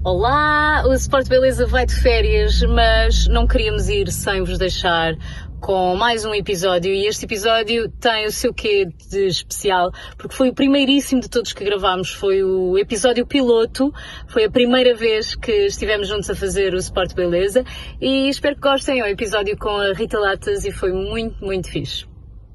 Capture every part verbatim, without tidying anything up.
Olá, o Sport Beleza vai de férias, mas não queríamos ir sem vos deixar com mais um episódio, e este episódio tem o seu quê de especial, porque foi o primeiríssimo de todos que gravámos, foi o episódio piloto, foi a primeira vez que estivemos juntos a fazer o Sport Beleza, e espero que gostem. É um episódio com a Rita Latas e foi muito, muito fixe.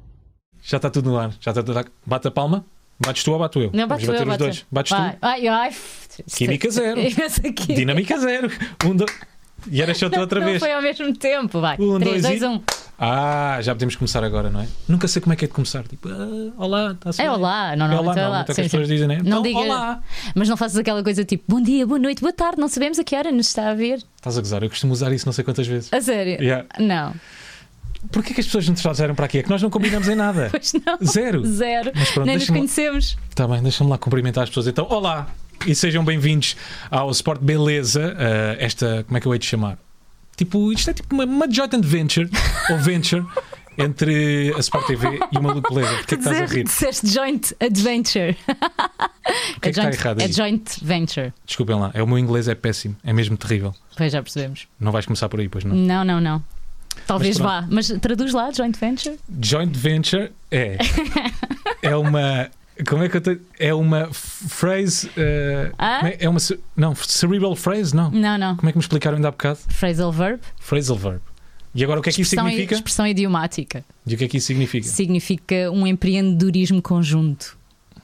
Já está tudo no ar, já está tudo no ar. Bate a palma? Bates tu ou bato eu? Não, bato Vamos bater eu, os dois. bato. Bates Ai, tu? ai, ai. Química zero. Dinâmica zero. Um, dois. E era outra outra não vez. Foi ao mesmo tempo, vai. Um, três, dois, dois, um. Ah, já podemos começar agora, não é? Nunca sei como é que é de começar. Tipo, ah, olá, está-se É bem? olá, normalmente é é olá. olá. Não, muitas Sim, pessoas sim. dizem, né? Não Então, diga, olá. mas não faças aquela coisa tipo bom dia, boa noite, boa tarde, não sabemos a que hora nos está a ver. Estás a gozar, eu costumo usar isso não sei quantas vezes. A sério? Yeah. Não. Porquê que as pessoas não nos trouxeram para aqui? É que nós não combinamos em nada. Pois não. Zero. Zero. Mas pronto, nem nos deixa-me- conhecemos. Está bem, deixa-me lá cumprimentar as pessoas. Então, olá e sejam bem-vindos ao Sport Beleza. uh, esta, como é que eu hei de chamar? Tipo, isto é tipo uma, uma joint venture ou venture entre a Sport T V e o Maluco Beleza. Porquê é que estás a rir? Disseste joint adventure. O que é que está joint, errado é aí? joint venture. Desculpem lá, é, o meu inglês é péssimo, é mesmo terrível. Pois já percebemos. Não vais começar por aí, pois não? Não, não, não. Talvez Mas vá. Mas traduz lá, joint venture. Joint venture é é uma, como é que eu tenho? É uma f- phrase uh, Ah? como é, é uma ce- não, cerebral phrase, não. Não, não. Como é que me explicaram ainda há bocado? Phrasal verb. Phrasal verb. E agora o que é que isso Expressão, significa? expressão idiomática. E o que é que isso significa? Significa um empreendedorismo conjunto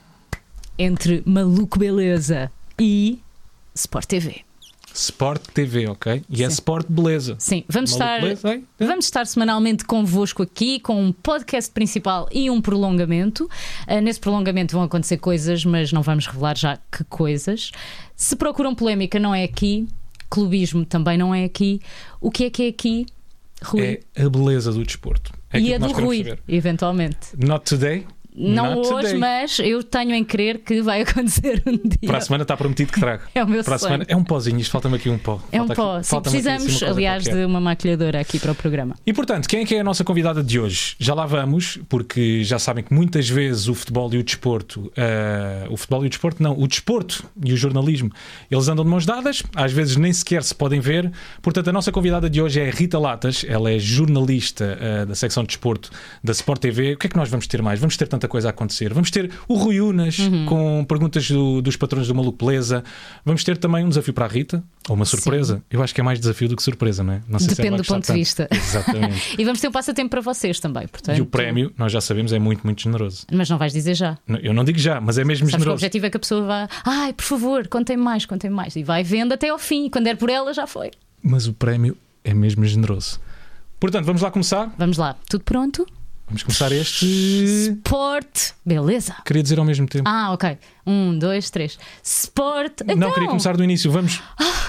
entre Maluco Beleza e Sport T V. Sport T V, ok? E é Sim. Sport Beleza. Sim, vamos Maluco estar, Beleza, hein? É? vamos estar semanalmente convosco aqui com um podcast principal e um prolongamento. Uh, nesse prolongamento vão acontecer coisas, mas não vamos revelar já que coisas. Se procuram polémica, não é aqui. Clubismo também não é aqui. O que é que é aqui, Rui? É a beleza do desporto. É E aquilo a que nós do queremos Rui, saber. eventualmente. Not today. Não Not hoje, today. mas eu tenho em crer que vai acontecer um dia. Para a semana está prometido que trago. É o meu Para a sonho. semana é um pozinho, isto falta-me aqui um pó. É um Falta pó. aqui- Sim, falta-me aqui assim precisamos, uma coisa aliás, qualquer. de uma maquilhadora aqui para o programa. E portanto, quem é que é a nossa convidada de hoje? Já lá vamos, porque já sabem que muitas vezes o futebol e o desporto, eh, o futebol e o desporto, não, o desporto e o jornalismo, eles andam de mãos dadas, às vezes nem sequer se podem ver. Portanto, a nossa convidada de hoje é a Rita Latas, ela é jornalista eh, da secção de desporto da Sport T V. O que é que nós vamos ter mais? Vamos ter tanta coisa a acontecer. Vamos ter o Rui Unas Uhum. com perguntas do- dos patrões do Maluco Beleza. Vamos ter também um desafio para a Rita, ou uma surpresa. Eu acho que é mais desafio do que surpresa, não é? Não sei se Depende ela do vai ponto de gostar vista. tanto. Exatamente. E vamos ter um passatempo para vocês também, portanto. E o prémio, nós já sabemos, é muito, muito generoso. Mas não vais dizer já. Não- Eu não digo já, mas é mesmo Sabes que o generoso. objetivo é que a pessoa vá, ai, por favor, contem mais, contem mais. E vai vendo até ao fim. E quando der por ela, já foi. Mas o prémio é mesmo generoso. Portanto, vamos lá começar. Vamos lá. Tudo pronto? Vamos começar este. Sport. Beleza. Queria dizer ao mesmo tempo. Ah, ok. Um, dois, três. Sport. Não, Então, queria começar do início. Vamos.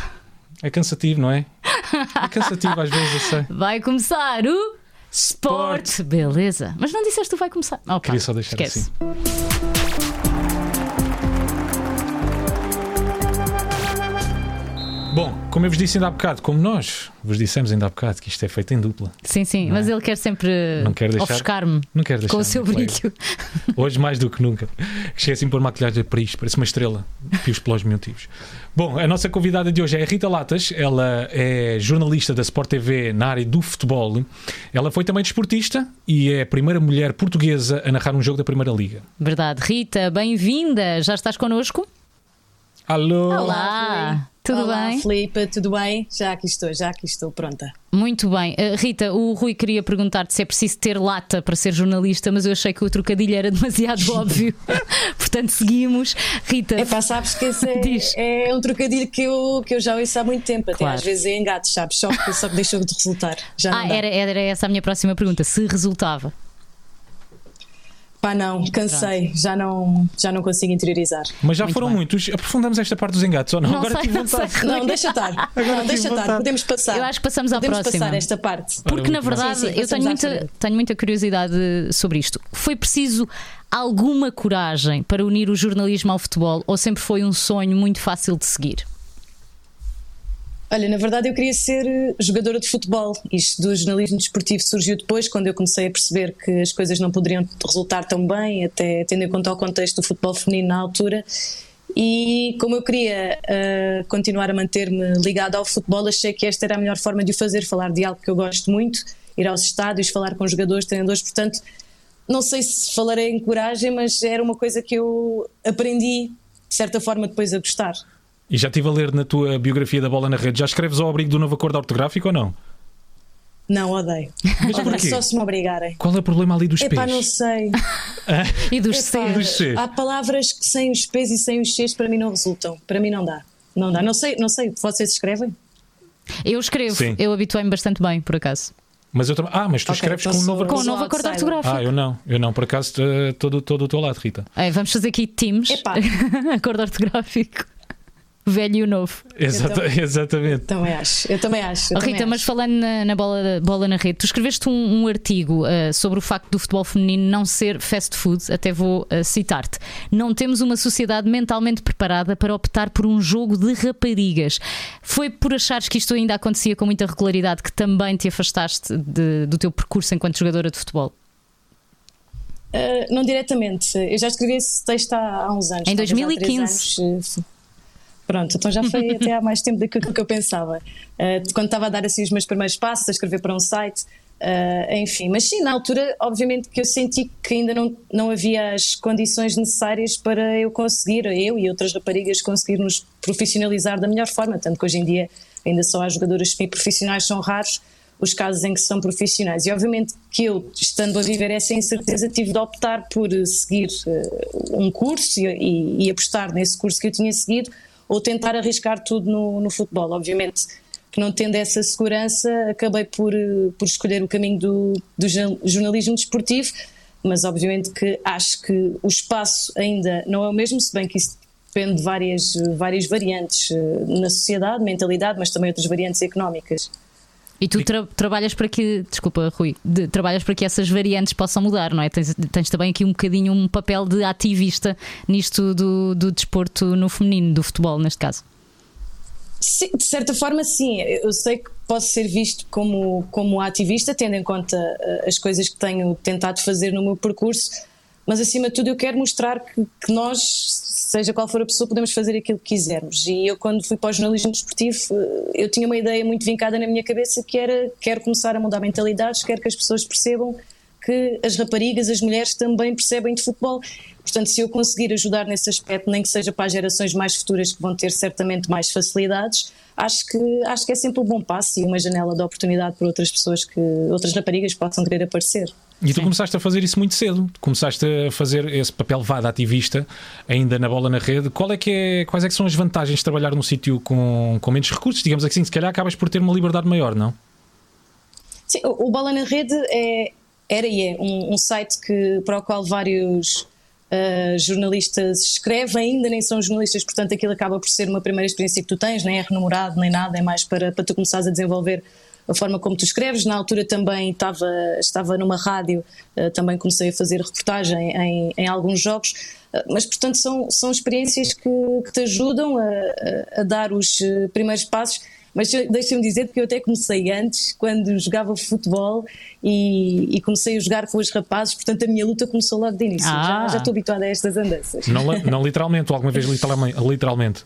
É cansativo, não é? É cansativo às vezes, eu sei. vai começar o Sport. Beleza. Mas não disseste que tu vai começar. Opa, Queria só deixar esquece. assim. Bom, como eu vos disse ainda há bocado, como nós vos dissemos ainda há bocado, que isto é feito em dupla. Sim, sim. Não Mas é? ele quer sempre Não quer deixar- ofuscar-me Não quero deixar. com o seu meu colega. brilho. Hoje mais do que nunca. Esqueci de pôr maquilhagem para isto, parece uma estrela. Pios pelos motivos. Bom, a nossa convidada de hoje é a Rita Latas. Ela é jornalista da Sport T V na área do futebol. Ela foi também desportista e é a primeira mulher portuguesa a narrar um jogo da Primeira Liga. Verdade. Rita, bem-vinda. Já estás connosco? Alô! Olá. Tudo Olá, bem? Filipe, tudo bem? Já aqui estou, já aqui estou pronta. Muito bem. Uh, Rita, o Rui queria perguntar-te se é preciso ter lata para ser jornalista, mas eu achei que o trocadilho era demasiado óbvio. Portanto, seguimos. Rita, É pá, sabes que esse é, Diz. é um trocadilho que eu, que eu já ouço há muito tempo, até Claro. às vezes é engates, sabes? Só que, só que deixou de resultar. Já não ah, dá. era, era essa a minha próxima pergunta. Se resultava. Pá, não, cansei, já não, já não consigo interiorizar. Mas já Muito foram bem. muitos. Aprofundamos esta parte dos engates ou não? Não Agora sei, tive não vontade. sei. Não, deixa estar, não, tive deixa estar, vontade. podemos passar. Eu acho que passamos à podemos próxima. passar esta parte. Porque, na muito bem. verdade, Sim, sim, eu tenho passamos à muita, frente. tenho muita curiosidade sobre isto. Foi preciso alguma coragem para unir o jornalismo ao futebol ou sempre foi um sonho muito fácil de seguir? Olha, na verdade eu queria ser eh, jogadora de futebol. Isto do jornalismo desportivo surgiu depois, quando eu comecei a perceber que as coisas não poderiam resultar tão bem, até tendo em conta o contexto do futebol feminino na altura. E como eu queria uh, continuar a manter-me ligado ao futebol, achei que esta era a melhor forma de o fazer, falar de algo que eu gosto muito, ir aos estádios, falar com jogadores, treinadores, portanto, não sei se falarei em coragem, mas era uma coisa que eu aprendi, de certa forma, depois a gostar. E já estive a ler na tua biografia da Bola na Rede, já escreves ao abrigo do novo acordo ortográfico ou não? Não, odeio. Mas odeio, só se me obrigarem. Qual é o problema ali dos P's? Epá, não sei. E dos C's? Há palavras que sem os P's e sem os C's para mim não resultam. Para mim não dá. Não dá. Não sei, não sei. Vocês escrevem? Eu escrevo. Sim. Eu habituei-me bastante bem, por acaso. Mas eu também. Ah, mas tu okay, escreves com um novo com um novo acordo ortográfico. Ah, eu não. Eu não. Por acaso todo, todo o teu lado, Rita. É, vamos fazer aqui teams. Acordo ortográfico. Velho e o novo. Exata, eu exatamente. Também acho. Eu também acho. Eu oh, Rita, também mas acho. falando na, na bola, bola na rede, tu escreveste um, um artigo uh, sobre o facto do futebol feminino não ser fast food. Até vou uh, citar-te. Não temos uma sociedade mentalmente preparada para optar por um jogo de raparigas. Foi por achares que isto ainda acontecia com muita regularidade que também te afastaste de, do teu percurso enquanto jogadora de futebol? Uh, não diretamente. Eu já escrevi esse texto há, há uns anos. Em dois mil e quinze. Pronto, então já foi até há mais tempo daquilo que eu pensava. Uh, quando estava a dar assim os meus primeiros passos, a escrever para um site, uh, enfim. Mas sim, na altura, obviamente que eu senti que ainda não, não havia as condições necessárias para eu conseguir, eu e outras raparigas, conseguir nos profissionalizar da melhor forma. Tanto que hoje em dia ainda só há jogadoras semi-profissionais, são raros os casos em que são profissionais. E obviamente que eu, estando a viver essa incerteza, tive de optar por seguir uh, um curso e, e, e apostar nesse curso que eu tinha seguido, ou tentar arriscar tudo no, no futebol. Obviamente que não tendo essa segurança, acabei por, por escolher o caminho do, do jornalismo desportivo, mas obviamente que acho que o espaço ainda não é o mesmo, se bem que isso depende de várias, várias variantes na sociedade, mentalidade, mas também outras variantes económicas. E tu tra- trabalhas para que, desculpa Rui, de, trabalhas para que essas variantes possam mudar, não é? Tens, tens também aqui um bocadinho um papel de ativista nisto do, do desporto no feminino, do futebol neste caso. Sim, de certa forma sim, eu sei que posso ser visto como, como ativista, tendo em conta as coisas que tenho tentado fazer no meu percurso, mas acima de tudo eu quero mostrar que, que nós, seja qual for a pessoa, podemos fazer aquilo que quisermos. E eu, quando fui para o jornalismo desportivo, eu tinha uma ideia muito vincada na minha cabeça, que era: quero começar a mudar mentalidades, quero que as pessoas percebam que as raparigas, as mulheres também percebem de futebol. Portanto, se eu conseguir ajudar nesse aspecto, nem que seja para as gerações mais futuras, que vão ter certamente mais facilidades, acho que, acho que é sempre um bom passo e uma janela de oportunidade para outras pessoas, que outras raparigas possam querer aparecer. E tu começaste a fazer isso muito cedo, começaste a fazer esse papel vá de ativista ainda na Bola na Rede. Qual é que é, quais é que são as vantagens de trabalhar num sítio com, com menos recursos? Digamos assim, se calhar acabas por ter uma liberdade maior, não? Sim, o, o Bola na Rede é, era e é um, um site que, para o qual vários uh, jornalistas escrevem, ainda nem são jornalistas, portanto aquilo acaba por ser uma primeira experiência que tu tens, nem é remunerado nem nada, é mais para, para tu começares a desenvolver a forma como tu escreves. Na altura também estava, estava numa rádio, uh, também comecei a fazer reportagem em, em alguns jogos, uh, mas portanto são, são experiências que, que te ajudam a, a, a dar os primeiros passos. Mas deixa-me dizer que eu até comecei antes, quando jogava futebol e, e comecei a jogar com os rapazes, portanto a minha luta começou logo de início. Ah. Já, já estou habituada a estas andanças. Não, não literalmente, ou alguma vez literalmente?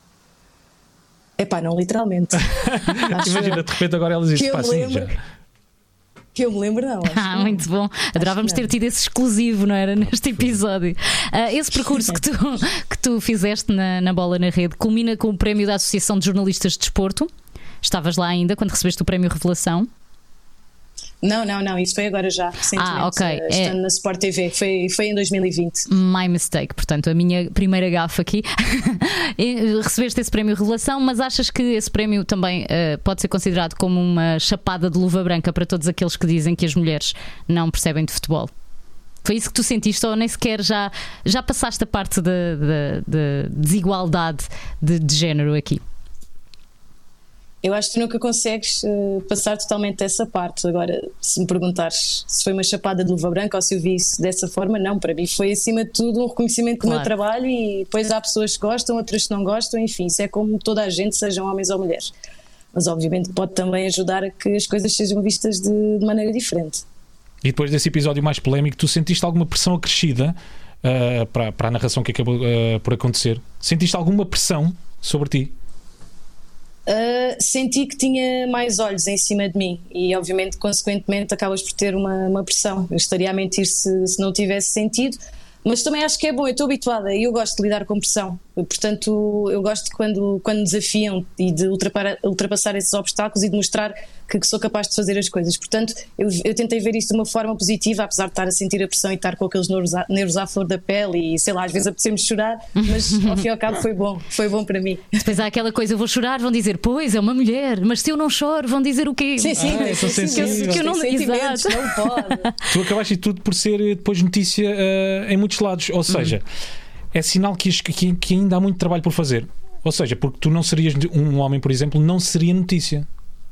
Epá, não literalmente. Imagina, de repente agora elas dizem: pá, sim, já. Que eu me lembro, não. Ah, muito bom. Adorávamos ter tido esse exclusivo, não era? Neste episódio. Uh, esse percurso que tu, que tu fizeste na, na Bola na Rede culmina com o prémio da Associação de Jornalistas de Desporto. Estavas lá ainda quando recebeste o prémio Revelação? Não, não, não, isso foi agora já, recentemente, ah, okay. estando é... na Sport T V, foi, foi em dois mil e vinte. My mistake, portanto, a minha primeira gafe aqui. Recebeste esse prémio Revelação, mas achas que esse prémio também uh, pode ser considerado como uma chapada de luva branca para todos aqueles que dizem que as mulheres não percebem de futebol? Foi isso que tu sentiste, ou nem sequer já, já passaste a parte da de, de, de desigualdade de, de género aqui? Eu acho que tu nunca consegues uh, passar totalmente dessa parte. Agora, se me perguntares se foi uma chapada de luva branca ou se eu vi isso dessa forma, não, para mim foi acima de tudo um reconhecimento do claro. meu trabalho, e depois há pessoas que gostam, outras que não gostam, enfim, isso é como toda a gente, sejam homens ou mulheres. Mas obviamente pode também ajudar a que as coisas sejam vistas de, de maneira diferente. E depois desse episódio mais polémico, tu sentiste alguma pressão acrescida uh, para, para a narração que acabou uh, por acontecer. Sentiste alguma pressão sobre ti? Uh, senti que tinha mais olhos em cima de mim e obviamente consequentemente acabas por ter uma, uma pressão. Eu estaria a mentir se, se não tivesse sentido, mas também acho que é bom, eu estou habituada e eu gosto de lidar com pressão, portanto eu gosto de quando, quando desafiam e de ultrapassar, ultrapassar esses obstáculos e de mostrar que, que sou capaz de fazer as coisas, portanto eu, eu tentei ver isso de uma forma positiva, apesar de estar a sentir a pressão e estar com aqueles nervos à, nervos à flor da pele e sei lá, às vezes apetecemos chorar, mas ao fim e ao cabo foi bom, foi bom para mim. Depois há aquela coisa, eu vou chorar, vão dizer, pois é uma mulher, mas se eu não choro vão dizer o quê? Sim, sim, ah, sim, sim, sim, sim, que eu não Exato. não pode. Tu acabaste tudo por ser depois notícia uh, em muitos lados, ou seja, uhum. é sinal que, que, que ainda há muito trabalho por fazer, ou seja, porque tu não serias um homem, por exemplo, não seria notícia.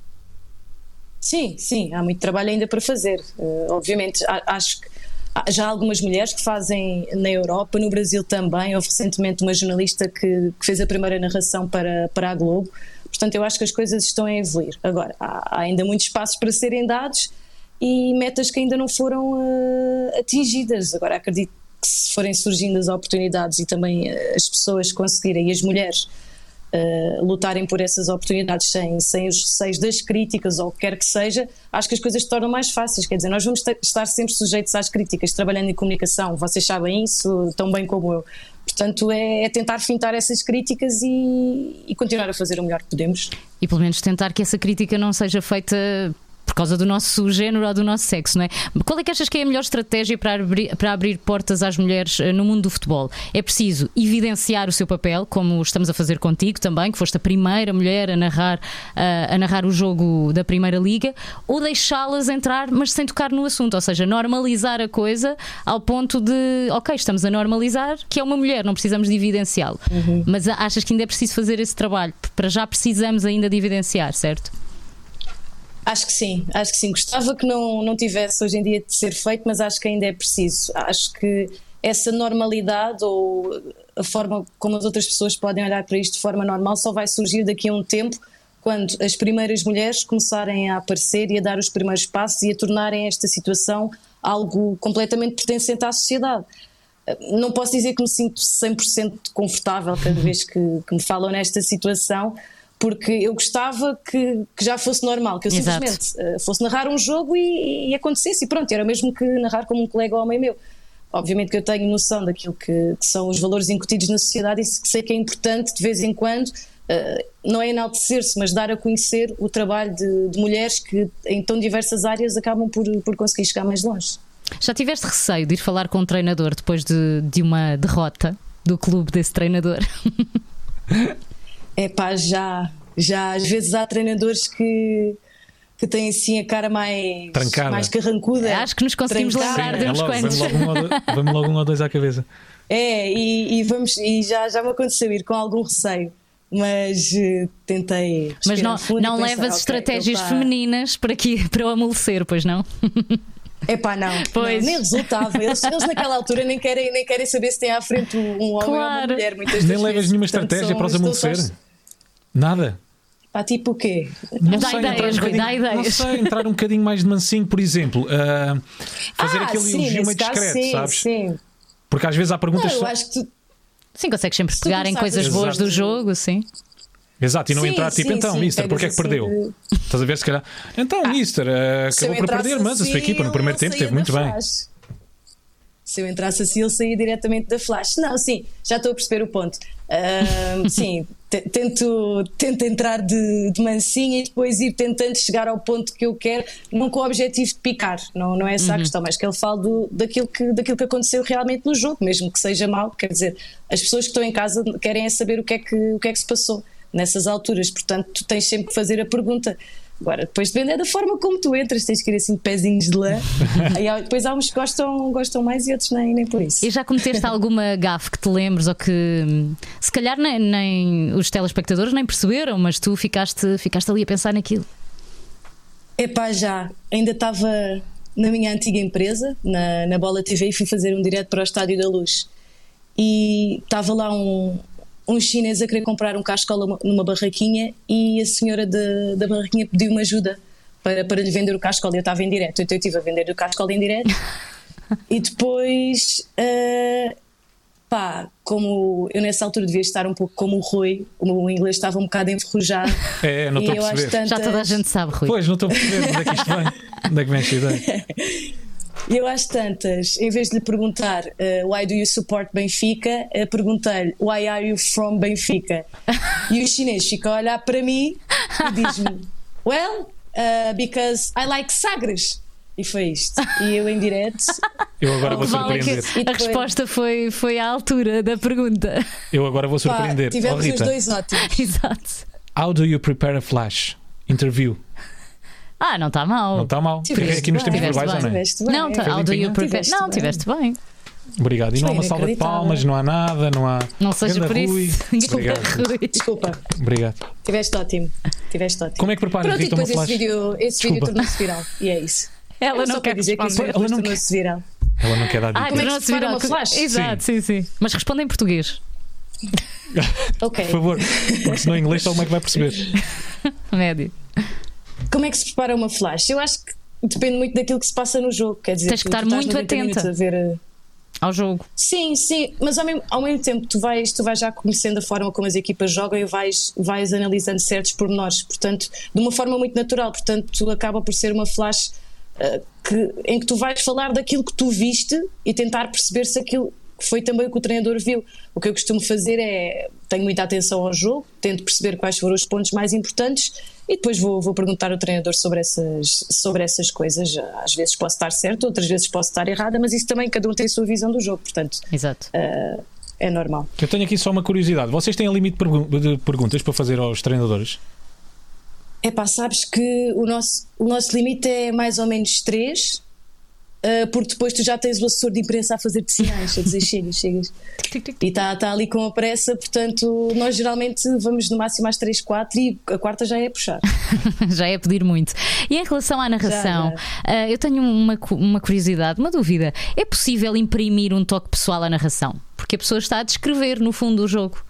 Sim, sim, há muito trabalho ainda para fazer. Uh, obviamente, acho que há já há algumas mulheres que fazem na Europa, no Brasil também. Houve recentemente uma jornalista que, que fez a primeira narração para, para a Globo. Portanto, eu acho que as coisas estão a evoluir. Agora, há, há ainda muitos passos para serem dados e metas que ainda não foram uh, atingidas. Agora, acredito que se forem surgindo as oportunidades e também uh, as pessoas conseguirem, e as mulheres Uh, lutarem por essas oportunidades sem, sem os receios das críticas ou o que quer que seja, acho que as coisas se tornam mais fáceis. Quer dizer, nós vamos ter, estar sempre sujeitos às críticas, trabalhando em comunicação, vocês sabem isso tão bem como eu. Portanto, é, é tentar fintar essas críticas e, e continuar a fazer o melhor que podemos. E pelo menos tentar que essa crítica não seja feita por causa do nosso género ou do nosso sexo, não é? Qual é que achas que é a melhor estratégia para abrir, para abrir portas às mulheres no mundo do futebol? É preciso evidenciar o seu papel, como estamos a fazer contigo também, que foste a primeira mulher a narrar, a, a narrar o jogo da Primeira Liga, ou deixá-las entrar, mas sem tocar no assunto, ou seja, normalizar a coisa ao ponto de, ok, estamos a normalizar que é uma mulher, não precisamos de evidenciá-lo. Uhum. Mas achas que ainda é preciso fazer esse trabalho? Para já precisamos ainda de evidenciar, certo? Acho que sim, acho que sim. Gostava que não, não tivesse hoje em dia de ser feito, mas acho que ainda é preciso. Acho que essa normalidade ou a forma como as outras pessoas podem olhar para isto de forma normal só vai surgir daqui a um tempo, quando as primeiras mulheres começarem a aparecer e a dar os primeiros passos e a tornarem esta situação algo completamente pertencente à sociedade. Não posso dizer que me sinto cem por cento confortável cada vez que, que me falam nesta situação, porque eu gostava que, que já fosse normal, que eu Exato. simplesmente uh, fosse narrar um jogo e, e acontecesse e pronto, era mesmo que narrar como um colega homem meu. Obviamente que eu tenho noção daquilo que, que são os valores incutidos na sociedade e sei que é importante de vez em quando, uh, não é enaltecer-se, mas dar a conhecer o trabalho de, de mulheres que em tão diversas áreas acabam por, por conseguir chegar mais longe. Já tiveste receio de ir falar com um treinador depois de, de uma derrota do clube desse treinador? É pá, já, já às vezes há treinadores que, que têm assim a cara mais, mais carrancuda. Acho que nos conseguimos trancada. lembrar de uns é quantos. Vamos logo um ou dois à cabeça. É, e, e, vamos, e já, já me aconteceu ir com algum receio, mas uh, tentei. Mas não, não pensar, levas okay, estratégias opa. femininas para, aqui, para o amolecer, pois não? É pá, não, pois. não, nem resultava. Eles, eles naquela altura nem querem, nem querem saber se tem à frente um homem claro. Ou uma mulher. Muitas nem levas vezes. nenhuma Portanto, estratégia para os amolecer? Só... Nada? Pá, tipo o quê? Não dá sei, ideias, um dá ideias. Não sei, entrar um bocadinho mais de mansinho, por exemplo, uh, fazer ah, aquele sim, elogio meio discreto, sim, sabes? Sim. Porque às vezes há perguntas. Não, eu acho que tu... Sim, consegues sempre pegar em coisas Exato. boas do jogo, sim. Exato, e não sim, entrar tipo, sim, então, sim, Mister, porque é que perdeu? De... Estás a ver, se calhar. Então, ah, Mister, uh, acabou por perder, mas a sua equipa no primeiro tempo esteve muito bem. Flash. Se eu entrasse assim, ele saía diretamente da flash. Não, sim, já estou a perceber o ponto. Uh, sim, tento, tento entrar de, de mansinha e depois ir tentando chegar ao ponto que eu quero, não com o objetivo de picar, não, não é essa uhum. a questão, mas que ele fale do, daquilo, que, daquilo que aconteceu realmente no jogo, mesmo que seja mau. Quer dizer, as pessoas que estão em casa querem é saber o que é que, o que é que se passou nessas alturas, portanto tu tens sempre que fazer a pergunta. Agora, depois depende da forma como tu entras, tens que ir assim de pezinhos de lã. Aí, depois há uns que gostam, gostam mais e outros nem, nem por isso. E já cometeste alguma gafe que te lembres ou que se calhar nem, nem os telespectadores nem perceberam, mas tu ficaste, ficaste ali a pensar naquilo? Epá, já. Ainda estava na minha antiga empresa, na, na Bola T V, e fui fazer um direto para o Estádio da Luz. E estava lá um... um chinês a querer comprar um cascola numa barraquinha e a senhora de, da barraquinha pediu-me ajuda para, para lhe vender o cascola. Eu estava em direto, então eu estive a vender o cascola em direto E depois, uh, pá, como eu nessa altura devia estar um pouco como o Rui, o meu inglês estava um bocado enferrujado. É, não estou a perceber. Tantas... Já toda a gente sabe, Rui. Pois, não estou a perceber onde é que isto vem. Onde é que vem esta ideia? E eu às tantas, em vez de lhe perguntar uh, why do you support Benfica, uh, perguntei-lhe why are you from Benfica? E o chinês fica a olhar para mim e diz-me well, uh, because I like Sagres. E foi isto. E eu em direto. Eu agora vou Vale que surpreender. a resposta foi, foi à altura da pergunta. Eu agora vou Pá, surpreender. tivemos Oh, Rita, os dois ótimos. Exato. how do you prepare a flash interview? Ah, não está mal. Não está mal. Fiquei aqui nos tempos bem, verbais ou não é? tiveste bem. Não, tá, Foi how do you limpinho? prepare? Tiveste Não, bem. tiveste bem. Obrigado. E não há Foi uma salva de inacreditável. palmas, não há nada, não há. Não seja Ganda por isso. Rui. Obrigado. Rui. Desculpa, Obrigado. tiveste ótimo. Tiveste ótimo. Como é que preparas, Pronto, e Rita, uma depois esse flash? vídeo, esse vídeo Desculpa. tornou-se viral. E é isso. Ela Era não só quer para dizer que esse responder. vídeo Ela não depois tornou-se viral. Ela não quer dar Ah, dicas. Como é que não se prepara uma flash? Exato, sim, sim. Mas responda em português. Ok. Por favor, porque senão em inglês só como é que vai perceber? Médio. Como é que se prepara uma flash? Eu acho que depende muito daquilo que se passa no jogo. Quer dizer, Tens que tu- estar tu estás muito noventa atenta. minutos a ver, uh, Ao jogo. Sim, sim, mas ao mesmo, ao mesmo tempo tu vais, tu vais já conhecendo a forma como as equipas jogam e vais, vais analisando certos pormenores, portanto, de uma forma muito natural, portanto, acaba por ser uma flash uh, que, em que tu vais falar daquilo que tu viste e tentar perceber se aquilo foi também o que o treinador viu. O que eu costumo fazer é, tenho muita atenção ao jogo, tento perceber quais foram os pontos mais importantes e depois vou, vou perguntar ao treinador sobre essas, sobre essas coisas. Às vezes posso estar certo, outras vezes posso estar errada, mas isso também, cada um tem a sua visão do jogo, portanto Exato. uh, é normal. Eu tenho aqui só uma curiosidade. Vocês têm limite de pergun- de perguntas para fazer aos treinadores? Epá, sabes que o nosso, o nosso limite é mais ou menos três, uh, porque depois tu já tens o assessor de imprensa a fazer-te sinais, a dizer chegas, chegas. E está tá ali com a pressa, portanto, nós geralmente vamos no máximo às três, quatro e a quarta já é puxar. Já é pedir muito. E em relação à narração, Já, ah, eu tenho uma, cu- uma curiosidade, uma dúvida. É possível imprimir um toque pessoal à narração? Porque a pessoa está a descrever, no fundo, o jogo.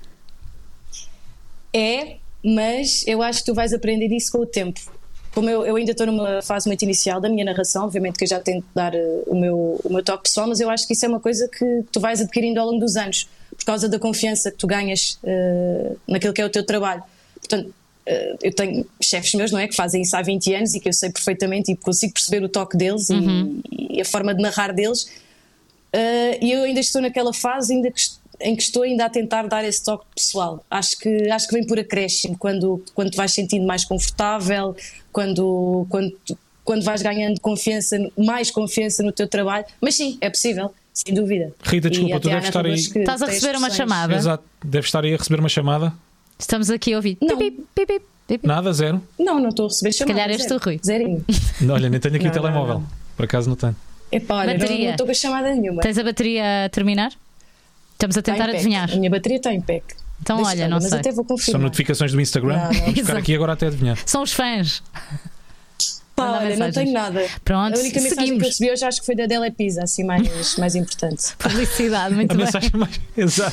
É, mas eu acho que tu vais aprender isso com o tempo. Como eu, eu ainda estou numa fase muito inicial da minha narração, obviamente que eu já tento dar uh, o, meu, o meu toque pessoal, mas eu acho que isso é uma coisa que tu vais adquirindo ao longo dos anos, por causa da confiança que tu ganhas uh, naquilo que é o teu trabalho. Portanto, uh, eu tenho chefes meus, não é, que fazem isso há vinte anos e que eu sei perfeitamente e consigo perceber o toque deles Uhum. e, e a forma de narrar deles. Uh, e eu ainda estou naquela fase ainda que, em que estou ainda a tentar dar esse toque pessoal. Acho que, acho que vem por acréscimo, quando, quando te vais sentindo mais confortável, quando, quando, quando vais ganhando confiança, mais confiança no teu trabalho. Mas sim, é possível, sem dúvida. Rita, desculpa, E tu até há deves estar aí- narradores que Estás a têm receber uma expressões. chamada? Exato. Deve estar aí a receber uma chamada. Estamos aqui a ouvir. Não. Pip, pip, pip, pip, pip. Nada, zero. Não, não estou a receber chamadas. calhar és tu, zero. Rui. Zerinho. Olha, nem tenho aqui Não, o telemóvel. não, não. Por acaso não tenho. Epá, olha, não- Bateria. não estou com a chamada nenhuma. Tens a bateria a terminar? Estamos a Está em tentar pack. adivinhar. A minha bateria está em pack. Então, Deixa olha, estar, não mas sei. até vou São confirmar. notificações do Instagram. Não, não. Vamos ficar Exato. aqui agora até adivinhar. São os fãs. Pá, Manda olha, não mensagens. tenho nada. Pronto, a única mensagem seguimos. que eu recebi hoje acho que foi da Dele Pisa, assim mais, mais importante. Publicidade, muito A bem. mensagem mais. Exato.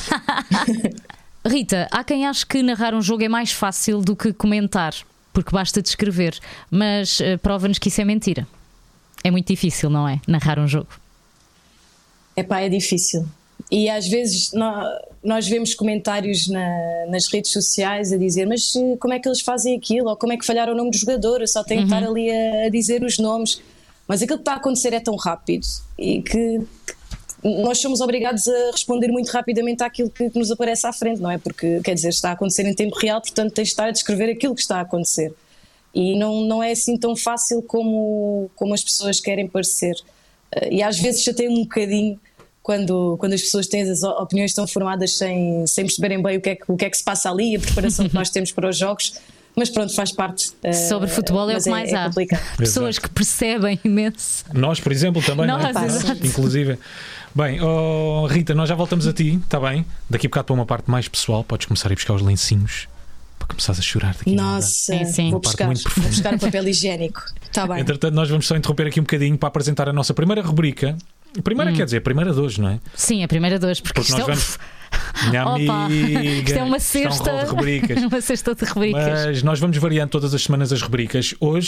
Rita, há quem ache que narrar um jogo é mais fácil do que comentar, porque basta descrever. Mas eh, prova-nos que isso é mentira. É muito difícil, não é? Narrar um jogo. Epá, é difícil. E às vezes nós, nós vemos comentários na- nas redes sociais a dizer mas eh, como é que eles fazem aquilo? Ou como é que falharam o nome do jogador? Eu só tenho que estar ali a, a dizer os nomes. Mas aquilo que está a acontecer é tão rápido e que, que nós somos obrigados a responder muito rapidamente àquilo que, que nos aparece à frente, não é? Porque, quer dizer, está a acontecer em tempo real, portanto tens de estar a descrever aquilo que está a acontecer. E não, não é assim tão fácil como, como as pessoas querem parecer. Eh, E às vezes chateia-me um bocadinho quando, quando as pessoas têm as opiniões tão formadas sem, sem perceberem bem o que, é que, o que é que se passa ali, a preparação que nós temos para os jogos. Mas pronto, faz parte. eh, Sobre futebol é o mas que mais é há. complicado. Pessoas Exato. que percebem imenso. Nós, por exemplo, também. Nós, não é? exato. Inclusive. Bem, oh, Rita, nós já voltamos a ti, está bem? Daqui a bocado para uma parte mais pessoal, podes começar a ir buscar os lencinhos para começares a chorar daqui a nada. Nossa, Sim, sim. vou Uma parte buscar, muito profunda. vou buscar o papel higiênico. Está bem. Entretanto, nós vamos só interromper aqui um bocadinho para apresentar a nossa primeira rubrica. Primeira, quer dizer, a primeira de hoje, não é? Sim, a primeira de hoje, porque, Porque isto nós é, vamos. Minha Opa, amiga, isto é uma isto é um cesta. rol de rubricas. uma cesta de rubricas. Mas nós vamos variando todas as semanas as rubricas. Hoje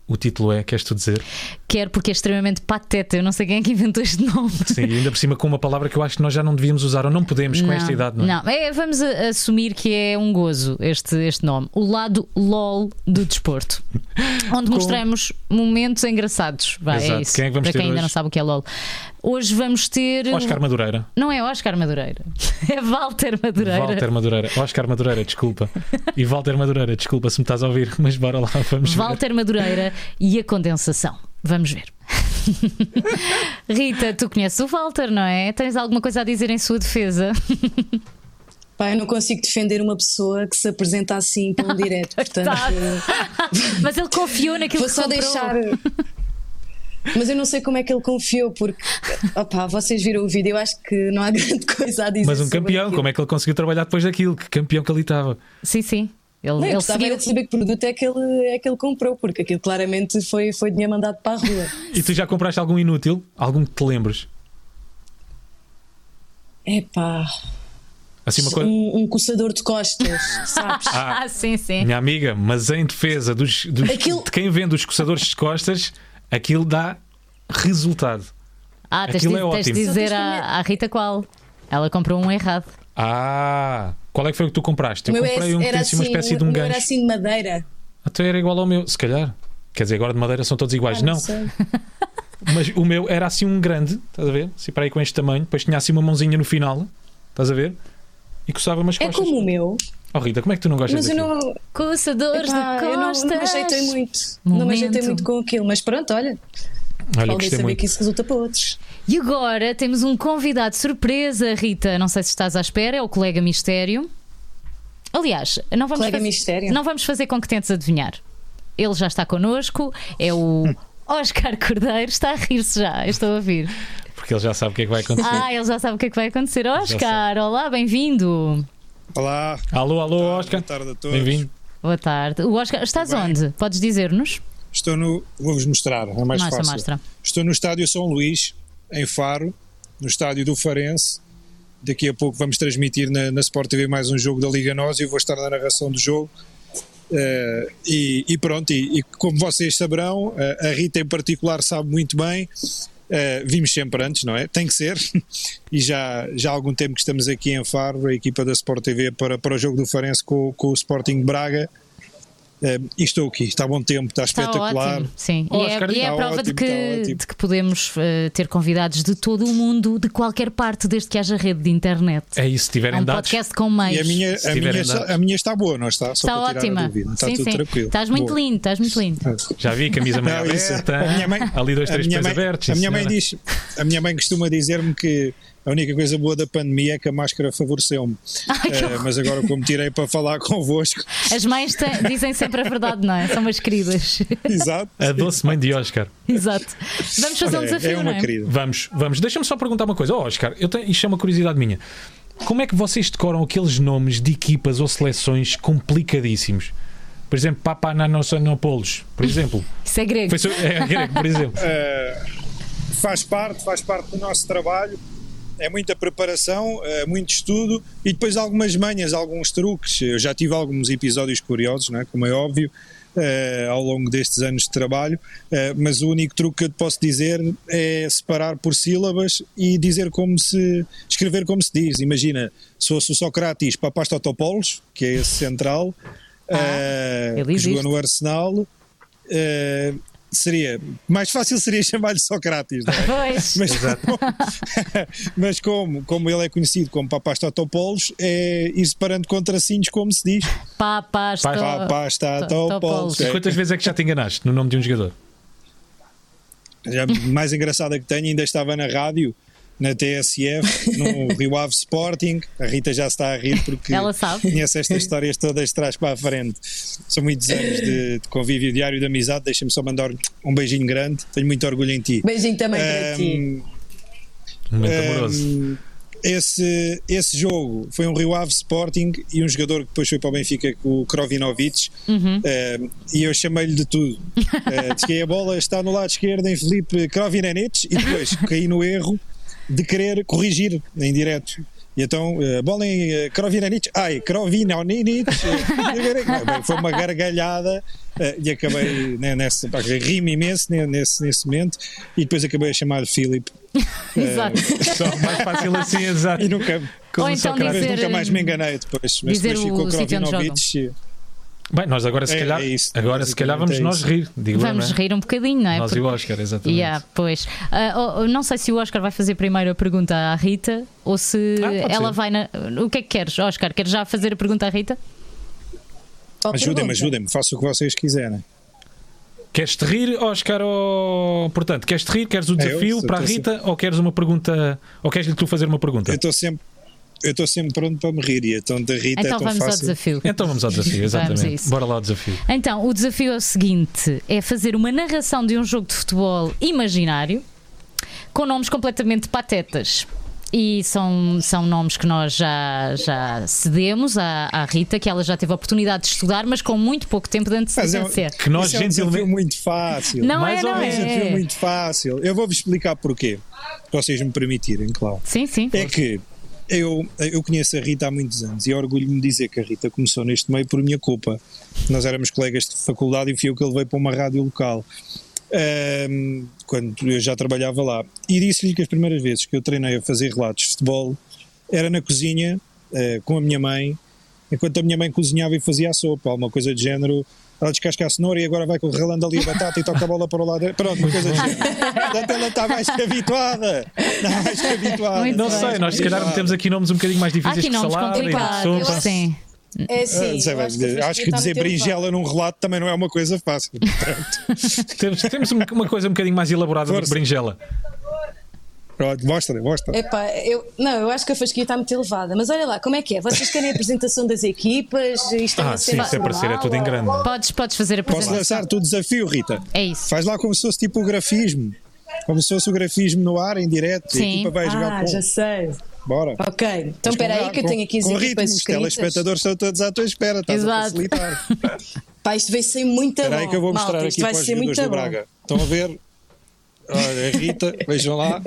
O título é, queres tu dizer? Quero, porque é extremamente pateta. Eu não sei quem é que inventou este nome. Sim, ainda por cima com uma palavra que eu acho que nós já não devíamos usar, ou não podemos com não, esta idade, não é? Não, é, vamos a, assumir que é um gozo este, este nome. O lado LOL do desporto. Onde com... mostramos momentos engraçados. Vai, é isso. Quem é que vamos Para ter quem hoje? ainda não sabe o que é LOL. Hoje vamos ter. Oscar Madureira. Não é Oscar Madureira. É Walter Madureira. Walter Madureira. Oscar Madureira, desculpa. E Walter Madureira, desculpa se me estás a ouvir, mas bora lá, vamos ver. Walter Madureira e a condensação. Vamos ver. Rita, tu conheces o Walter, não é? Tens alguma coisa a dizer em sua defesa? Pá, eu não consigo defender uma pessoa que se apresenta assim tão direto. Portanto, mas ele confiou naquilo vou que só comprou. deixar. Mas eu não sei como é que ele confiou, porque opá, vocês viram o vídeo, eu acho que não há grande coisa a dizer. Mas um campeão, aquilo. como é que ele conseguiu trabalhar depois daquilo? Que campeão que ali estava. Sim, sim. Ele, Não, eu ele gostava seguiu... era de saber que produto é que, ele, é que ele comprou, porque aquilo claramente foi, foi dinheiro mandado para a rua. E tu já compraste algum inútil? Algum que te lembres? Epá, Assim uma coisa... um, um coçador de costas, sabes? Ah, Ah, sim, sim. minha amiga, mas em defesa dos, dos, Aquilo- de quem vende os coçadores de costas, aquilo dá resultado. Ah, tens, Aquilo de, é tens de ótimo. dizer Só tens de à, à Rita qual. Ela comprou um errado. Ah, qual é que foi o que tu compraste? O Eu meu comprei um que era tem assim uma assim, espécie o de um meu era gancho. assim de madeira. Até era igual ao meu, se calhar. Quer dizer, agora de madeira são todos iguais. Ah, não, sei. mas o meu era assim um grande, estás a ver? Assim para aí com este tamanho, depois tinha assim uma mãozinha no final, estás a ver? E coçava umas É costas. como o meu, Oh Rita, como é que tu não gostas mas eu daquilo? não, Coçadores epá, de eu não, costas. não me ajeitei muito. Não me ajeitei Momento. muito com aquilo, mas pronto, olha, Olha, podem gostei saber muito. que isso resulta para outros. E agora temos um convidado surpresa, Rita. Não sei se estás à espera, é o colega Mistério. Aliás, não vamos, Colega fazer, Mistério? não vamos fazer com que tentes adivinhar. Ele já está connosco, é o Oscar Cordeiro. Está a rir-se já, eu estou a ouvir. Porque ele já sabe o que é que vai acontecer. Ah, ele já sabe o que é que vai acontecer. Já Oscar, olá, bem-vindo. Olá, Alô, alô, Oscar. boa tarde a todos. Bem-vindo. Boa tarde. O Oscar, estás Tudo bem? onde? Podes dizer-nos? Estou no. Vou-vos mostrar, é mais Mostra, fácil. mostra. Estou no estádio São Luís, em Faro, no estádio do Farense. Daqui a pouco vamos transmitir na, na Sport T V mais um jogo da Liga Nós e eu vou estar na narração do jogo. Uh, e, e pronto, e, e como vocês saberão, a, a Rita em particular sabe muito bem. Uh, vimos sempre antes, não é? Tem que ser. E já, já há algum tempo que estamos aqui em Faro, a equipa da Sport T V, para, para o jogo do Farense com, com o Sporting de Braga. Uh, e estou aqui, está a bom tempo, está, Está espetacular. ótimo, sim. Oh, e é, Oscar, e é a está prova de, ótimo, que, está ótimo. de que podemos uh, ter convidados de todo o mundo, de qualquer parte, desde que haja rede de internet. É isso, se É tiverem um dados. podcast com meios. E a minha, Se a, tiverem minha está, dados. a minha está boa, não está? Só Está para tirar ótima. a dúvida. Está sim, tudo sim. tranquilo. Estás muito Boa. lindo, estás muito lindo. Já vi, camisa meio Não, isso- aberta. a minha mãe- Ali dois, A três minha pés mãe, abertos. a sim, minha mãe senhora. diz, a minha mãe costuma dizer-me que a única coisa boa da pandemia é que a máscara favoreceu-me. Ai, que Eh, horror. mas agora, como tirei para falar convosco, As mães te- dizem sempre a verdade, não é? São umas queridas. exato, A doce mãe de Oscar. Exato. Vamos fazer um é, desafio, é não uma é? querida. Vamos, vamos. Deixa-me só perguntar uma coisa. Oh, Oscar, eu tenho, isto é uma curiosidade minha. Como é que vocês decoram aqueles nomes de equipas ou seleções complicadíssimos? Por exemplo, Papananosanopoulos, por exemplo. Isso é grego. Foi, so- é grego, por exemplo. Eh, faz parte, faz parte do nosso trabalho. É muita preparação, é muito estudo e depois algumas manhas, alguns truques. Eu já tive alguns episódios curiosos, não é? Como é óbvio, eh, ao longo destes anos de trabalho, eh, mas o único truque que eu te posso dizer é separar por sílabas e dizer como se, escrever como se diz. Imagina, se fosse o Sócrates Papastotopoulos, que é esse central, eh, ele que jogou existe. no Arsenal, eh, seria, mais fácil seria chamar-lhe Sócrates, não é? Pois. Mas, mas como, como ele é conhecido como Papastotopoulos, é ir separando contracinhos, como se diz. Papas. to- Papastotopoulos. E É, quantas vezes é que já te enganaste no nome de um jogador? já a mais engraçada que tenho, ainda estava na rádio, na T S F, no Rio Ave Sporting. A Rita já se está a rir porque Ela sabe. conhece estas histórias todas de trás para a frente. São muitos anos de, de convívio diário, de amizade. Deixa-me só mandar um beijinho grande. Tenho muito orgulho em ti. Beijinho também para ti. Ahm, Momento amoroso. Um, esse, esse jogo foi um Rio Ave Sporting e um jogador que depois foi para o Benfica, o Krovinovic, Uhum. um, e eu chamei-lhe de tudo. Uh, disse que a bola está no lado esquerdo em Filipe Krovinenic e depois caí no erro de querer corrigir em direto. E então, uh, bola em uh, Krovinanic, ai, Krovinanic, foi uma gargalhada uh, e acabei né, nessa, pá, rimo imenso nesse, nesse momento e depois acabei a chamar Filipe. Exato. Uh, Só mais fácil assim, exato. E nunca, Ou então dizer, nunca mais me enganei depois, mas dizer depois ficou o sítio onde Krovinovic. Bem, nós agora se É- calhar, é isso, agora se calhar vamos é nós isso. rir. Digo eu, Vamos não é? rir um bocadinho, não é? Nós Porque- e o Oscar, exatamente. Yeah, pois. Ah, oh, oh, não sei se o Oscar vai fazer primeiro a pergunta à Rita ou se Ah, pode ela ser. vai na. O que é que queres, Oscar? Queres já fazer a pergunta à Rita? Qual Ajudem-me, pergunta? ajudem-me, façam o que vocês quiserem. Queres-te rir, Oscar? Ou... Portanto, queres-te rir? Queres o É, eu desafio sou- para a tô Rita ou queres uma pergunta? Ou queres-lhe tu fazer uma pergunta? Eu estou sempre, eu estou sempre pronto para me rir e então da Rita Então é tão vamos ao fácil. desafio. Então vamos ao desafio, Vamos a exatamente. isso. Bora lá ao desafio. Então, o desafio é o seguinte: é fazer uma narração de um jogo de futebol imaginário com nomes completamente patetas. E são, são nomes que nós já, já cedemos à, à Rita, que ela já teve a oportunidade de estudar, mas com muito pouco tempo de Mas é um- antecedência. Que nós Isso é um desafio gentilmente. muito fácil. Não mais é, ou não É um desafio é? muito fácil. Eu vou-vos explicar porquê. Se vocês me permitirem, claro. Sim, sim. É que eu, eu conheço a Rita há muitos anos e orgulho-me de dizer que a Rita começou neste meio por minha culpa. Nós éramos colegas de faculdade e fui eu que ele veio para uma rádio local. Ahm, quando eu já trabalhava lá. E disse-lhe que as primeiras vezes que eu treinei a fazer relatos de futebol era na cozinha, eh, com a minha mãe, enquanto a minha mãe cozinhava e fazia a sopa, alguma coisa de género. Ela descasca a cenoura e agora vai com relando ali a batata e toca a bola para o lado. Pronto, uma coisa de género. Portanto, ela está mais que habituada. Está mais que habituada. Muito Não bem. sei, nós se calhar metemos aqui nomes um bocadinho mais Há difíceis aqui que nomes salada e complicados. sopa. Sim. É Ah, sim, sei eu bem, acho que, a acho que fasquia está dizer muito berinjela num relato também não é uma coisa fácil. Portanto, Temos, temos um- uma coisa um bocadinho mais elaborada do que Força. berinjela. pronto, mostra, mostra. Epá, eu, não, eu acho que a fasquia está muito elevada. Mas olha lá, como é que é? Vocês querem a apresentação das equipas? Isto é Ah, uma sim, cena se aparecer é tudo em grande. formal, Podes, podes fazer a Posso apresentação. lançar-te o desafio, Rita? É isso. Faz lá como se fosse tipo o grafismo. Como se fosse o grafismo no ar, em direto. E a Sim. equipa vai jogar Ah, com. já sei. Bora. Ok, então Mas espera com- aí que eu com- tenho aqui as com equipas ritmo, os escritas. telespectadores estão todos à tua espera, estás Exato. a facilitar. Pá, isto vai ser muito Espera bom. aí que eu vou Malta, mostrar isto aqui vai para os ser muito jogadores do bom. Braga. Estão a ver? Olha, a Rita, vejam lá.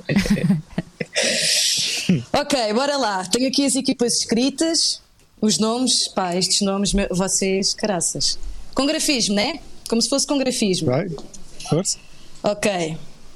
Ok, bora lá. Tenho aqui as equipas escritas, os nomes, pá, estes nomes, meu- vocês, caraças. Com grafismo, né? Como se fosse com grafismo. Vai, força. Ok.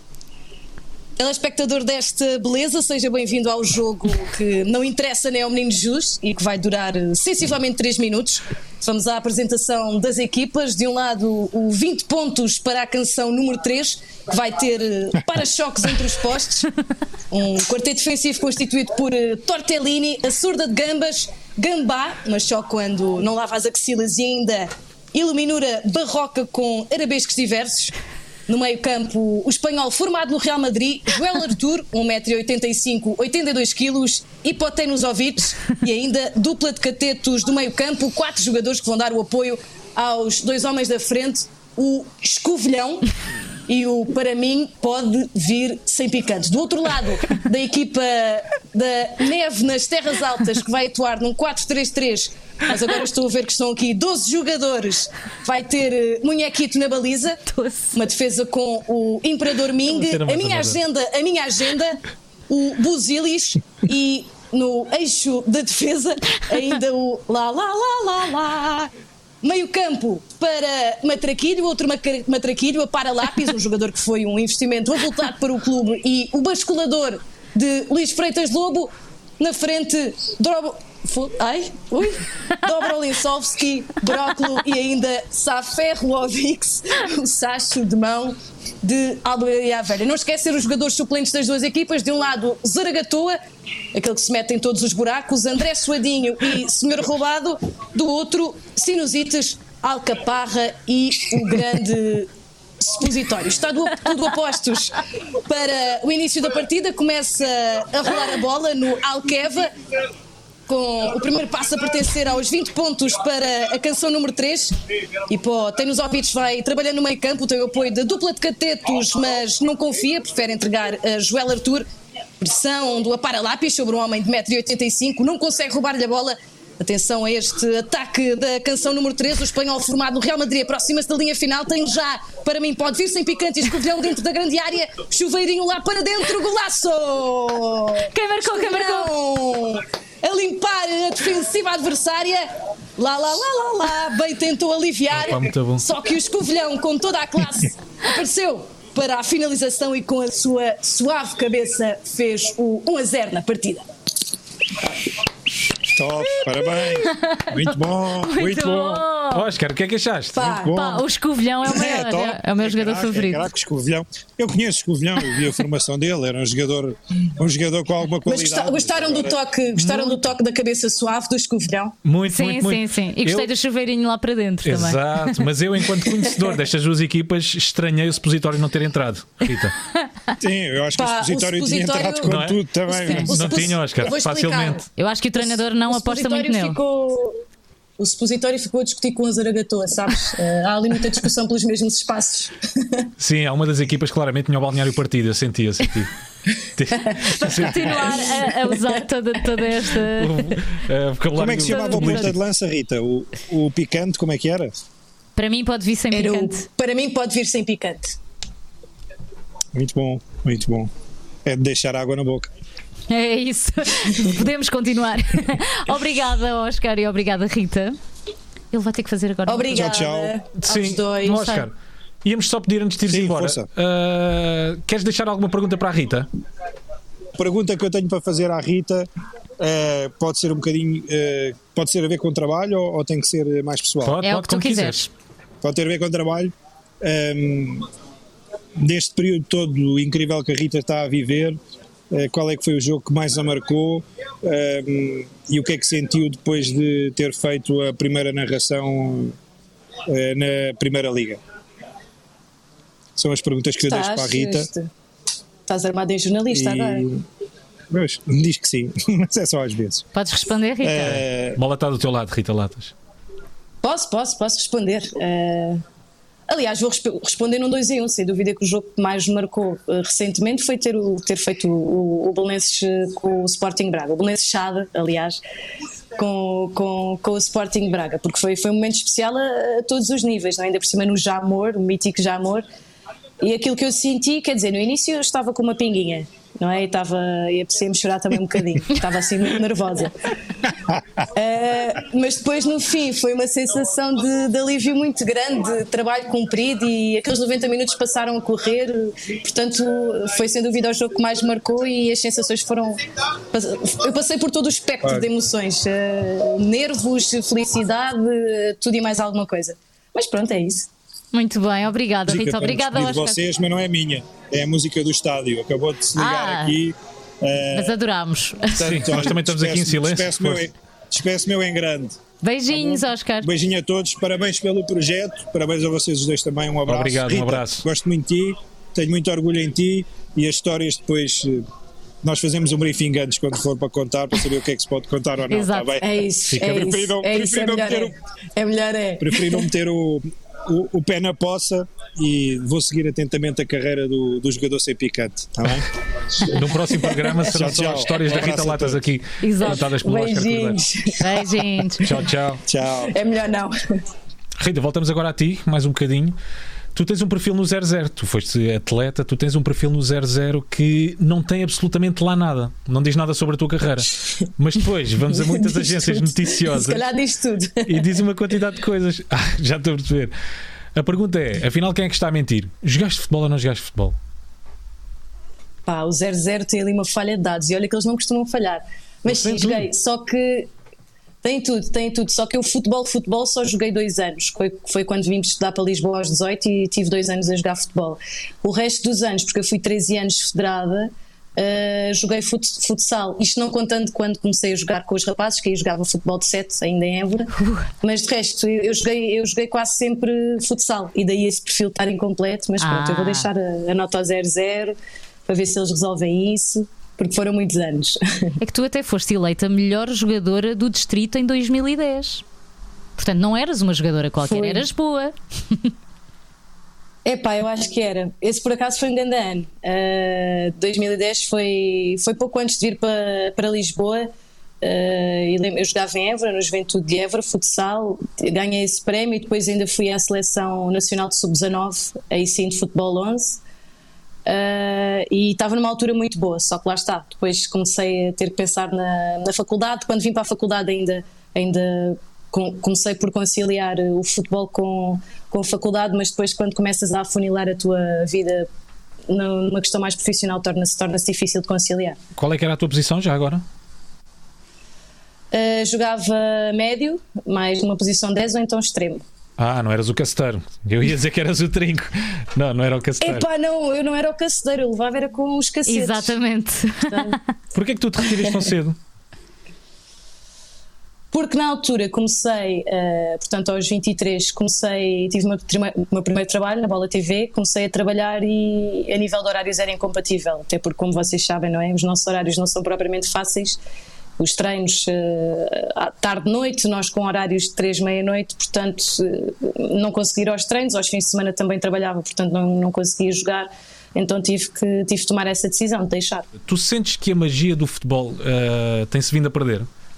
Telespectador desta beleza, seja bem-vindo ao jogo que não interessa nem ao menino Jus e que vai durar eh, sensivelmente três minutos. Vamos à apresentação das equipas. De um lado, o vinte pontos para a canção número três, que vai ter eh, para-choques entre os postes. Um quarteto defensivo constituído por eh, Tortellini, a surda de gambas, Gambá, mas só quando não lava as axilas, e ainda iluminura barroca com arabescos diversos. No meio-campo, o espanhol formado no Real Madrid, Joel Artur, um metro e oitenta e cinco, oitenta e dois quilos, hipotenusovic, e ainda dupla de catetos do meio-campo, quatro jogadores que vão dar o apoio aos dois homens da frente, o Escovilhão e o Para mim pode vir sem picantes. Do outro lado, da equipa da Neve nas Terras Altas, que vai atuar num quatro três três, mas agora estou a ver que estão aqui doze jogadores, vai ter eh, Munhequito na baliza, doze. uma defesa com o Imperador Ming, Uma cena a mais minha amadora. agenda, a minha agenda, o Buzilis, e no eixo da defesa ainda o lá lá lá lá lá. Meio campo para Matraquilho, outro maca- Matraquilho, a para-lápis, um jogador que foi um investimento avultado para o clube, e o basculador de Luís Freitas Lobo. Na frente, Drobo... Fu- Ai, ui, Dobrolinsovski, Brócolo e ainda Saferrovics, o Sacho de mão de Alberia Velha. Não esquecer os jogadores suplentes das duas equipas. De um lado, Zaragatoa, aquele que se mete em todos os buracos, André Suadinho e Senhor Roubado. Do outro, Sinusitas, Alcaparra e o grande supositório. Está do- tudo a postos para o início da partida. Começa a rolar a bola no Alqueva, com o primeiro passo a pertencer aos vinte pontos para a canção número três. E pô, tem nos ouvidos, vai trabalhando no meio campo, tem o apoio da dupla de catetos, mas não confia, prefere entregar a Joel Artur. Pressão do Apara-Lápis sobre um homem de um metro e oitenta e cinco, não consegue roubar-lhe a bola. Atenção a este ataque da canção número três, o espanhol formado no Real Madrid aproxima-se da linha final, tem já, para mim pode vir sem picante, escovilhão dentro da grande área, chuveirinho lá para dentro, golaço! Quem marcou? Quem marcou? Escovilhão! a limpar a defensiva adversária. Lá, lá, lá, lá, lá, bem tentou aliviar. Opa, muito bom. Só que o Escovilhão, com toda a classe, apareceu para a finalização e com a sua suave cabeça fez o um a zero na partida. Top, parabéns. Muito bom, muito, Muito bom. bom. Oscar, o que é que achaste? Pá, Bom. Pá, o Escovilhão é o maior, top. é, é o meu jogador craque, favorito. É craque, Escovilhão. Eu conheço Escovilhão, eu vi a formação dele, era um jogador, um jogador com alguma Mas qualidade. gosta- gostaram do toque, gostaram do toque da cabeça suave do Escovilhão? Muito, Sim, muito, sim, muito. sim. E gostei Eu- do chuveirinho lá para dentro também. Exato, mas eu, enquanto conhecedor destas duas equipas, estranhei o supositório não ter entrado. Rita, Sim, eu acho que Pá, o supositório o tinha supositório- entrado com Não é? tudo também. O não supos- tinha, Oscar, eu vou explicar. facilmente. Eu acho que o treinador não O aposta muito supositório nele. ficou- O supositório ficou a discutir com a Zaragatoa, sabes? Eh, há ali muita discussão pelos mesmos espaços. Sim, há uma das equipas que claramente tinha o balneário partido, eu sentia, senti. Continuar a, a usar toda, toda esta. Uh, vocabulário Como é que se chamava o do- ponta de lança, Rita? O, o picante, como é que era? Para mim, pode vir sem Era o- picante. para mim, pode vir sem picante. Muito bom, muito bom. É de deixar água na boca. É isso. Podemos continuar. Obrigada, Oscar, e obrigada, Rita. Ele vai ter que fazer agora. Obrigada Tchau, aos Sim, dois. Oscar, íamos só pedir antes de ires Sim, embora. força. Uh, queres deixar alguma pergunta para a Rita? A pergunta que eu tenho para fazer à Rita eh, pode ser um bocadinho. eh, pode ser a ver com o trabalho ou, ou tem que ser mais pessoal? Pode, É o pode, que tu como quiseres. Pode ter a ver com o trabalho. Ahm, neste período todo incrível que a Rita está a viver, eh, qual é que foi o jogo que mais a marcou ahm, e o que é que sentiu depois de ter feito a primeira narração eh, na Primeira Liga? São as perguntas que eu deixo para a Rita. Estás, estás armado em jornalista agora. E, mas, me diz que sim, mas é só às vezes. Podes responder, Rita? Eh, Bola está do teu lado, Rita Latas. Posso, posso, posso responder. Eh, aliás, vou resp- responder num dois em um. Sem dúvida que o jogo que mais me marcou eh, recentemente foi ter, o, ter feito o, o Belenenses eh, com o Sporting Braga. O Belenenses Chade, aliás, com, com, com o Sporting Braga, porque foi, foi um momento especial a, a todos os níveis, não é? Ainda por cima no Jamor, o mítico Jamor. E aquilo que eu senti, quer dizer, no início eu estava com uma pinguinha, não é? E estava, e apetecia-me chorar também um bocadinho, estava assim muito nervosa. Uh, mas depois no fim foi uma sensação de, de alívio muito grande, de trabalho cumprido, e aqueles noventa minutos passaram a correr, portanto foi sem dúvida o jogo que mais marcou, e as sensações foram, eu passei por todo o espectro Claro. de emoções, uh, nervos, felicidade, tudo e mais alguma coisa. Mas pronto, é isso. Muito bem, obrigada, música Rita. para Obrigada, despedir de Oscar. vocês, mas não é minha, é a música do estádio. Acabou de se ligar Ah. aqui. eh, Mas adorámos. Sim, portanto, nós também estamos aqui em despeço- silêncio. Despeço meu, Força. despeço meu em grande. Beijinhos, Oscar. Um beijinho a todos, parabéns pelo projeto, parabéns a vocês os dois também, um abraço. Obrigado, um Rita, abraço. Gosto muito de ti, tenho muito orgulho em ti, e as histórias depois, eh, nós fazemos um briefing antes quando for para contar, para saber o que é que se pode contar ou não, está Exato. bem? É isso, Fica- é preferi isso, não- é, isso, é preferi não melhor ter é. É melhor é. Preferi não meter o, o, o pé na poça, e vou seguir atentamente a carreira do, do jogador sem picante, está bem? No próximo programa serão Tchau, só tchau. as histórias Um da Rita abraço a Latas todos. aqui, Exato. contadas pelo Oscar Cordeiro. Beijinhos. Beijinhos. Tchau, tchau. Tchau. É melhor não. Rita, voltamos agora a ti, mais um bocadinho. Tu tens um perfil no zero zero, tu foste atleta, tu tens um perfil no zero zero que não tem absolutamente lá nada, não diz nada sobre a tua carreira. Mas depois vamos a muitas Diz agências tudo. noticiosas Se calhar diz tudo. e diz uma quantidade de coisas. Ah, já estou a perceber. A pergunta é, afinal, quem é que está a mentir? Jogaste futebol ou não jogaste futebol? Pá, o zero zero tem ali uma falha de dados, e olha que eles não costumam falhar. Mas Tem sim, joguei, só que tem tudo, tem tudo. Só que eu futebol, futebol só joguei dois anos. Foi, foi quando vim estudar para Lisboa aos dezoito e tive dois anos a jogar futebol. O resto dos anos, porque eu fui treze anos federada, uh, joguei fut, futsal. Isto não contando quando comecei a jogar com os rapazes, que aí jogava futebol de sete, ainda em Évora. Mas de resto, eu, eu, joguei, eu joguei quase sempre futsal. E daí esse perfil estar incompleto. Mas pronto, Ah. eu vou deixar a, a nota ao zero zero para ver se eles resolvem isso, porque foram muitos anos. É que tu até foste eleita melhor jogadora do distrito em dois mil e dez. Portanto, não eras uma jogadora qualquer, Foi. eras boa. Epá, eu acho que era. Esse por acaso foi um grande ano. Uh, dois mil e dez foi, foi pouco antes de vir para, para Lisboa. Uh, e lembro- eu jogava em Évora, no Juventude de Évora, futsal, ganhei esse prémio e depois ainda fui à Seleção Nacional de sub dezanove, aí sim de futebol onze. Uh, e estava numa altura muito boa, só que lá está, depois comecei a ter que pensar na, na faculdade. Quando vim para a faculdade ainda, ainda com, comecei por conciliar o futebol com, com a faculdade, mas depois quando começas a afunilar a tua vida numa questão mais profissional torna-se, torna-se difícil de conciliar. Qual é que era a tua posição já agora? Uh, jogava médio, mais uma posição dez ou então extremo. Ah, não eras o caceteiro. Eu ia dizer que eras o trinco. Não, não era o caceteiro. Epá, não, eu não era o caceteiro, eu levava era com os cacetes. Exatamente. Portanto, porquê é que tu te retiras tão cedo? porque na altura comecei, uh, portanto aos vinte e três, comecei, tive o meu, o meu primeiro trabalho na Bola T V, comecei a trabalhar e a nível de horários era incompatível, até porque, como vocês sabem, não é? Os nossos horários não são propriamente fáceis. Os treinos uh, à tarde-noite, nós com horários de três, meia-noite, portanto uh, não consegui ir aos treinos, aos fins de semana também trabalhava, portanto não, não conseguia jogar, então tive que, tive que tomar essa decisão de deixar. Tu sentes que a magia do futebol uh, tem-se vindo a perder?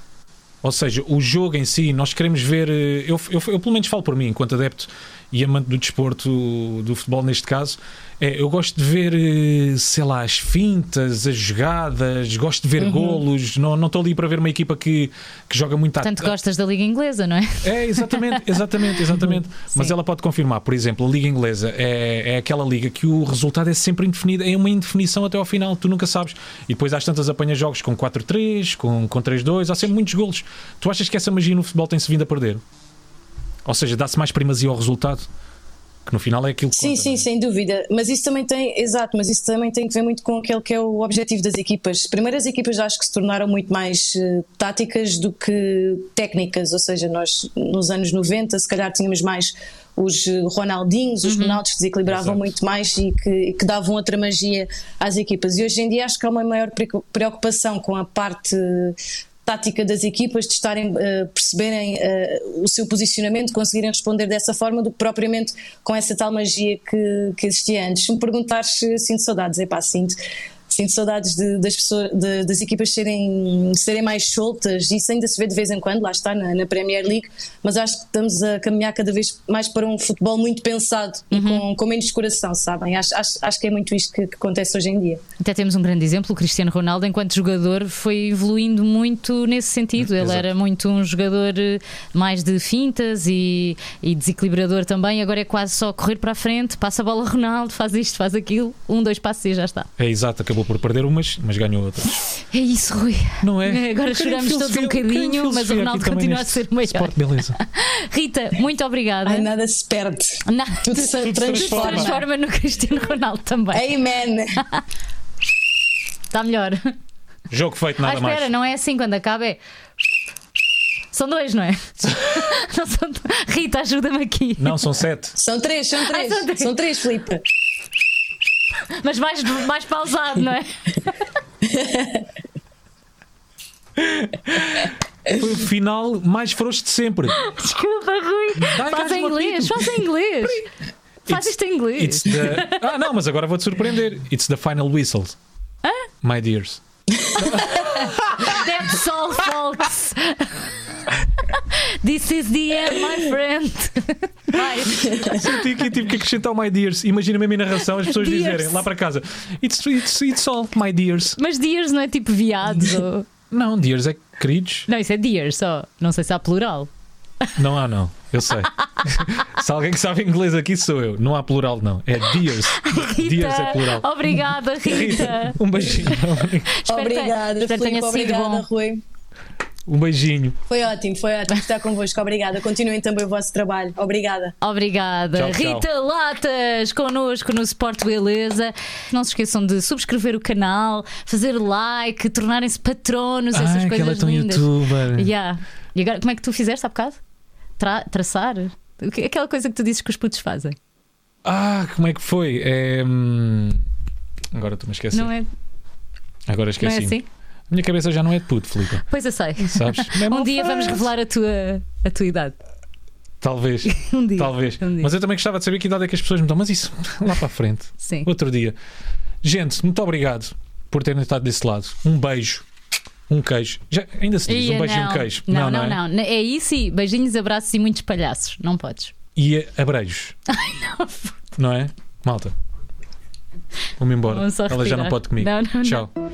Ou seja, o jogo em si, nós queremos ver, eu, eu, eu pelo menos falo por mim, enquanto adepto e amante do desporto, do futebol neste caso, é, eu gosto de ver, sei lá, as fintas, as jogadas, gosto de ver uhum. golos, não, não estou ali para ver uma equipa que, que joga muito à... Tanto gostas da Liga Inglesa, não é? É, exatamente, exatamente, exatamente. Mas ela pode confirmar, por exemplo, a Liga Inglesa é, é aquela liga que o resultado é sempre indefinido, é uma indefinição até ao final, tu nunca sabes. E depois às tantas apanhas jogos com quatro a três, com, com três a dois, há sempre muitos golos. Tu achas que essa magia no futebol tem-se vindo a perder? Ou seja, dá-se mais primazia ao resultado? Que no final é aquilo que Sim, conta, sim, é? sem dúvida. Mas isso também tem, exato, mas isso também tem que ver muito com aquele que é o objetivo das equipas. Primeiro, as equipas acho que se tornaram muito mais uh, táticas do que técnicas, ou seja, nós nos anos noventa se calhar tínhamos mais os Ronaldinhos, os uhum. Ronaldos que desequilibravam Exato. muito mais e que, que davam outra magia às equipas. E hoje em dia acho que há uma maior preocupação com a parte tática das equipas, de estarem, uh, perceberem uh, o seu posicionamento, conseguirem responder dessa forma, do que propriamente com essa tal magia que, que existia antes. Se me perguntares se sinto saudades, é pá, sinto. Sinto saudades de, das, pessoas, de, das equipas serem, serem mais soltas. Isso ainda se vê de vez em quando, lá está, na, na Premier League, mas acho que estamos a caminhar cada vez mais para um futebol muito pensado uhum. e com, com menos coração, sabem? Acho, acho, acho que é muito isto que, que acontece hoje em dia. Até temos um grande exemplo, o Cristiano Ronaldo, enquanto jogador, foi evoluindo muito nesse sentido. Ele Exato. era muito um jogador mais de fintas e, e desequilibrador também. Agora é quase só correr para a frente, passa a bola Ronaldo, faz isto, faz aquilo, um, dois passos e já está. É exato, acabou por perder umas, mas ganhou outras. É isso, Rui. Não é? Agora chegamos todos um bocadinho, mas o Ronaldo continua a ser o maior. Sport, beleza. Rita, muito obrigada. Ai, nada se perde. Nada. Tudo se transforma. Se transforma no Cristiano Ronaldo também. Amen. Está melhor. Jogo feito, nada ah, espera, mais. Não é assim quando acaba, é. São dois, não é? Não são... Rita, ajuda-me aqui. Não, são sete. São três, são três. Ah, são três, são três, Filipe. Mas mais, mais pausado, não é? Foi o final mais frouxo de sempre. Desculpa, Rui. Faz em inglês, faz em inglês. Faz isto em inglês. It's the... Ah, não, mas agora vou-te surpreender. It's the final whistle. Hã? My dears. That's all, folks. This is the end, my friend. Vai. Senti que tive que acrescentar o my dears. Imagina mesmo em narração as pessoas dears. dizerem lá para casa: It's, it's, it's all, my dears. Mas dears não é tipo viados? Ou... Não, dears é queridos. Não, isso é dears só. Não sei se há plural. Não há, não. Eu sei. Se alguém que sabe inglês aqui sou eu. Não há plural, não. É dears. Rita, dears é plural. Obrigada, Rita. Rita, um beijinho. Obrigada, espero Filipe, tenha sido obrigada, bom. Rui. Um beijinho. Foi ótimo, foi ótimo estar convosco. Obrigada. Continuem também o vosso trabalho. Obrigada. Obrigada. Tchau, tchau. Rita Latas, connosco no Sport Beleza. Não se esqueçam de subscrever o canal, fazer like, tornarem-se patronos, Ai, essas coisas ela é tão lindas. youtuber. Yeah. E agora, como é que tu fizeste há bocado? Tra traçar? Aquela coisa que tu dizes que os putos fazem. Ah, como é que foi? É... hum, Agora estou-me a esquecer. Não é? Agora esqueci. Não é assim? A minha cabeça já não é de puto, Filipe. Pois eu sei. Sabes? Um dia vamos revelar a tua, a tua idade. Talvez. Um dia. Talvez. Um dia. Mas eu também gostava de saber que idade é que as pessoas me dão. Mas isso, lá para a frente. Sim. Outro dia. Gente, muito obrigado por terem estado desse lado. Um beijo. Um queijo. Já, ainda se diz Ia, um beijo não. e um queijo. Não, não, não, não, é? não. É isso e beijinhos, abraços e muitos palhaços. Não podes. E abreijos. Ai, não. Não é? Malta. Vou-me embora. Vamos só Ela já não retirar. pode comigo. Não, não, não. Tchau.